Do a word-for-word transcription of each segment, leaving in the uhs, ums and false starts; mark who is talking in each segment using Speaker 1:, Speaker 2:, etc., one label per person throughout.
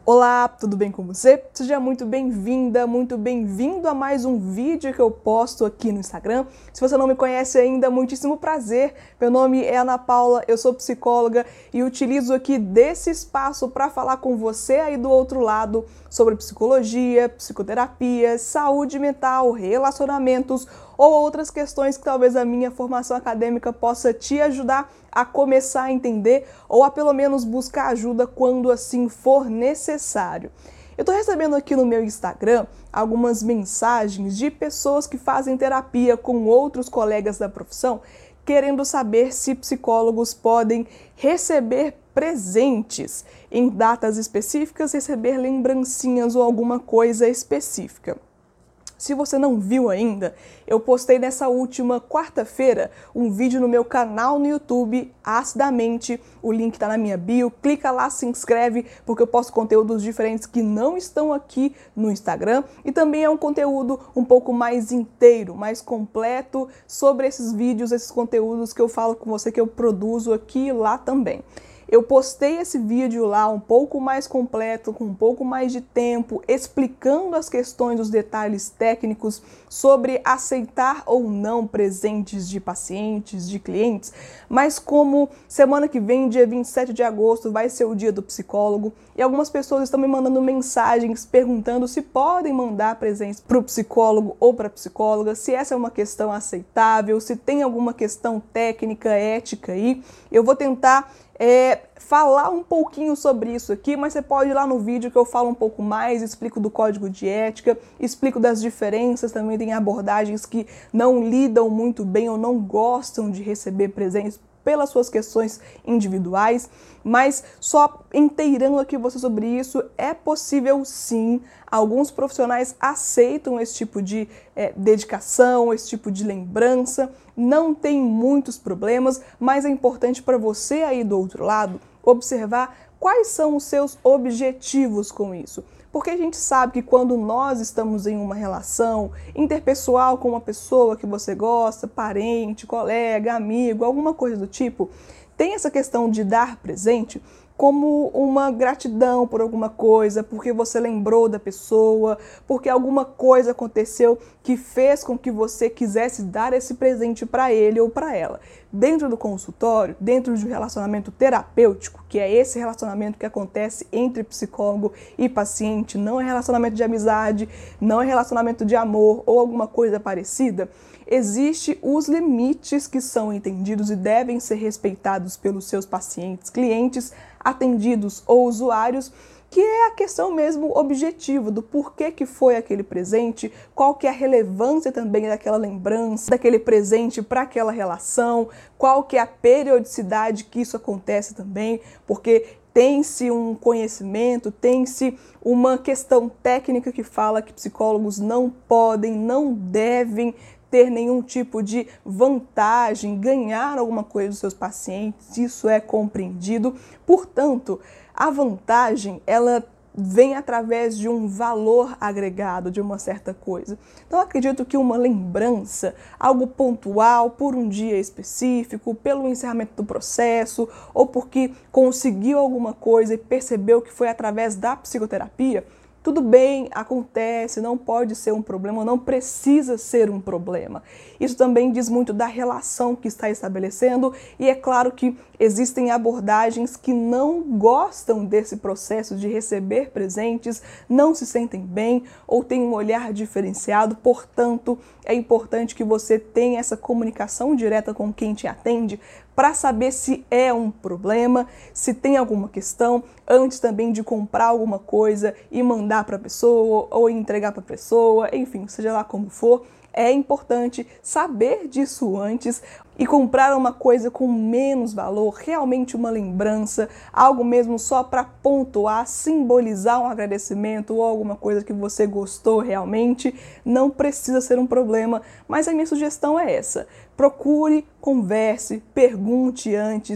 Speaker 1: Olá, tudo bem com você? Seja muito bem-vinda, muito bem-vindo a mais um vídeo que eu posto aqui no Instagram. Se você não me conhece ainda, muitíssimo prazer. Meu nome é Ana Paula, eu sou psicóloga e utilizo aqui desse espaço para falar com você aí do outro lado sobre psicologia, psicoterapia, saúde mental, relacionamentos ou outras questões que talvez a minha formação acadêmica possa te ajudar a começar a entender ou a pelo menos buscar ajuda quando assim for necessário. Eu estou recebendo aqui no meu Instagram algumas mensagens de pessoas que fazem terapia com outros colegas da profissão, querendo saber se psicólogos podem receber presentes em datas específicas, receber lembrancinhas ou alguma coisa específica. Se você não viu ainda, eu postei nessa última quarta-feira um vídeo no meu canal no YouTube, Acidamente, o link está na minha bio, clica lá, se inscreve, porque eu posto conteúdos diferentes que não estão aqui no Instagram, e também é um conteúdo um pouco mais inteiro, mais completo sobre esses vídeos, esses conteúdos que eu falo com você, que eu produzo aqui e lá também. Eu postei esse vídeo lá um pouco mais completo, com um pouco mais de tempo, explicando as questões, os detalhes técnicos sobre aceitar ou não presentes de pacientes, de clientes, mas como semana que vem, dia vinte e sete de agosto, vai ser o dia do psicólogo, e algumas pessoas estão me mandando mensagens perguntando se podem mandar presentes para o psicólogo ou para a psicóloga, se essa é uma questão aceitável, se tem alguma questão técnica, ética aí. Eu vou tentar É, falar um pouquinho sobre isso aqui, mas você pode ir lá no vídeo que eu falo um pouco mais, explico do código de ética, explico das diferenças, também tem abordagens que não lidam muito bem ou não gostam de receber presentes pelas suas questões individuais, mas só inteirando aqui você sobre isso, é possível sim, alguns profissionais aceitam esse tipo de é, dedicação, esse tipo de lembrança, não tem muitos problemas, mas é importante para você aí do outro lado observar quais são os seus objetivos com isso. Porque a gente sabe que quando nós estamos em uma relação interpessoal com uma pessoa que você gosta, parente, colega, amigo, alguma coisa do tipo, tem essa questão de dar presente como uma gratidão por alguma coisa, porque você lembrou da pessoa, porque alguma coisa aconteceu que fez com que você quisesse dar esse presente para ele ou para ela. Dentro do consultório, dentro de um relacionamento terapêutico, que é esse relacionamento que acontece entre psicólogo e paciente, não é relacionamento de amizade, não é relacionamento de amor ou alguma coisa parecida, existem os limites que são entendidos e devem ser respeitados pelos seus pacientes, clientes, atendidos ou usuários, que é a questão mesmo objetiva do porquê que foi aquele presente, qual que é a relevância também daquela lembrança, daquele presente para aquela relação, qual que é a periodicidade que isso acontece também, porque tem-se um conhecimento, tem-se uma questão técnica que fala que psicólogos não podem, não devem ter nenhum tipo de vantagem, ganhar alguma coisa dos seus pacientes, isso é compreendido. Portanto, a vantagem, ela vem através de um valor agregado de uma certa coisa. Então, acredito que uma lembrança, algo pontual, por um dia específico, pelo encerramento do processo, ou porque conseguiu alguma coisa e percebeu que foi através da psicoterapia, tudo bem, acontece, não pode ser um problema, não precisa ser um problema. Isso também diz muito da relação que está estabelecendo e é claro que existem abordagens que não gostam desse processo de receber presentes, não se sentem bem ou têm um olhar diferenciado, portanto, é importante que você tenha essa comunicação direta com quem te atende para saber se é um problema, se tem alguma questão, antes também de comprar alguma coisa e mandar para a pessoa ou entregar para a pessoa, enfim, seja lá como for, é importante saber disso antes e comprar uma coisa com menos valor, realmente uma lembrança, algo mesmo só para pontuar, simbolizar um agradecimento ou alguma coisa que você gostou realmente, não precisa ser um problema, mas a minha sugestão é essa. Procure, converse, pergunte antes,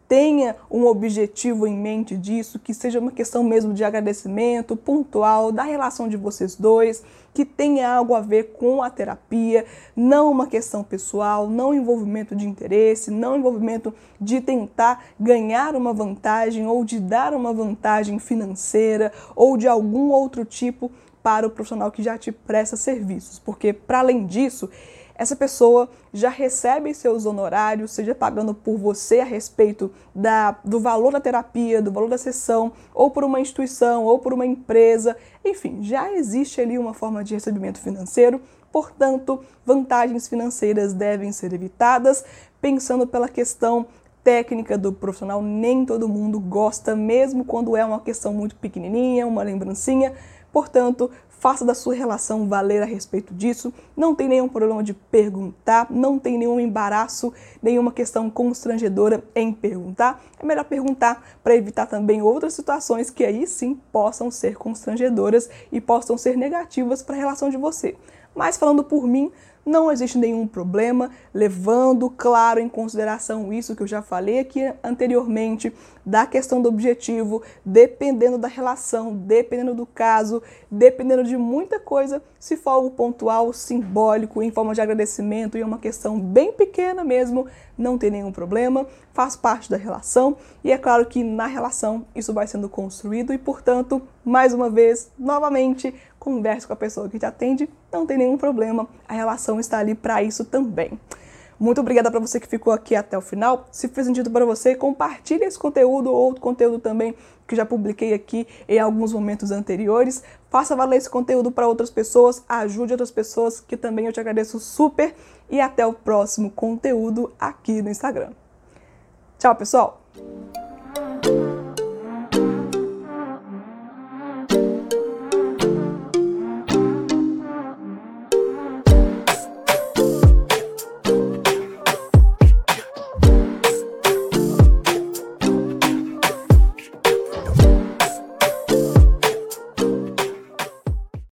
Speaker 1: tenha um objetivo em mente disso, que seja uma questão mesmo de agradecimento pontual da relação de vocês dois, que tenha algo a ver com a terapia, não uma questão pessoal, não envolvimento de interesse, não envolvimento de tentar ganhar uma vantagem ou de dar uma vantagem financeira ou de algum outro tipo para o profissional que já te presta serviços, porque para além disso, essa pessoa já recebe seus honorários, seja pagando por você a respeito da, do valor da terapia, do valor da sessão, ou por uma instituição, ou por uma empresa. Enfim, já existe ali uma forma de recebimento financeiro, portanto, vantagens financeiras devem ser evitadas, pensando pela questão técnica do profissional. Nem todo mundo gosta, mesmo quando é uma questão muito pequenininha, uma lembrancinha. Portanto, faça da sua relação valer a respeito disso, não tem nenhum problema de perguntar, não tem nenhum embaraço, nenhuma questão constrangedora em perguntar. É melhor perguntar para evitar também outras situações que aí sim possam ser constrangedoras e possam ser negativas para a relação de você. Mas falando por mim, não existe nenhum problema, levando, claro, em consideração isso que eu já falei aqui anteriormente, da questão do objetivo, dependendo da relação, dependendo do caso, dependendo de muita coisa, se for algo pontual, simbólico, em forma de agradecimento e é uma questão bem pequena mesmo, não tem nenhum problema, faz parte da relação e é claro que na relação isso vai sendo construído e, portanto, mais uma vez, novamente, converse com a pessoa que te atende, não tem nenhum problema, a relação está ali para isso também. Muito obrigada para você que ficou aqui até o final. Se fez sentido para você, compartilhe esse conteúdo ou outro conteúdo também que já publiquei aqui em alguns momentos anteriores. Faça valer esse conteúdo para outras pessoas, ajude outras pessoas, que também eu te agradeço super. E até o próximo conteúdo aqui no Instagram. Tchau, pessoal!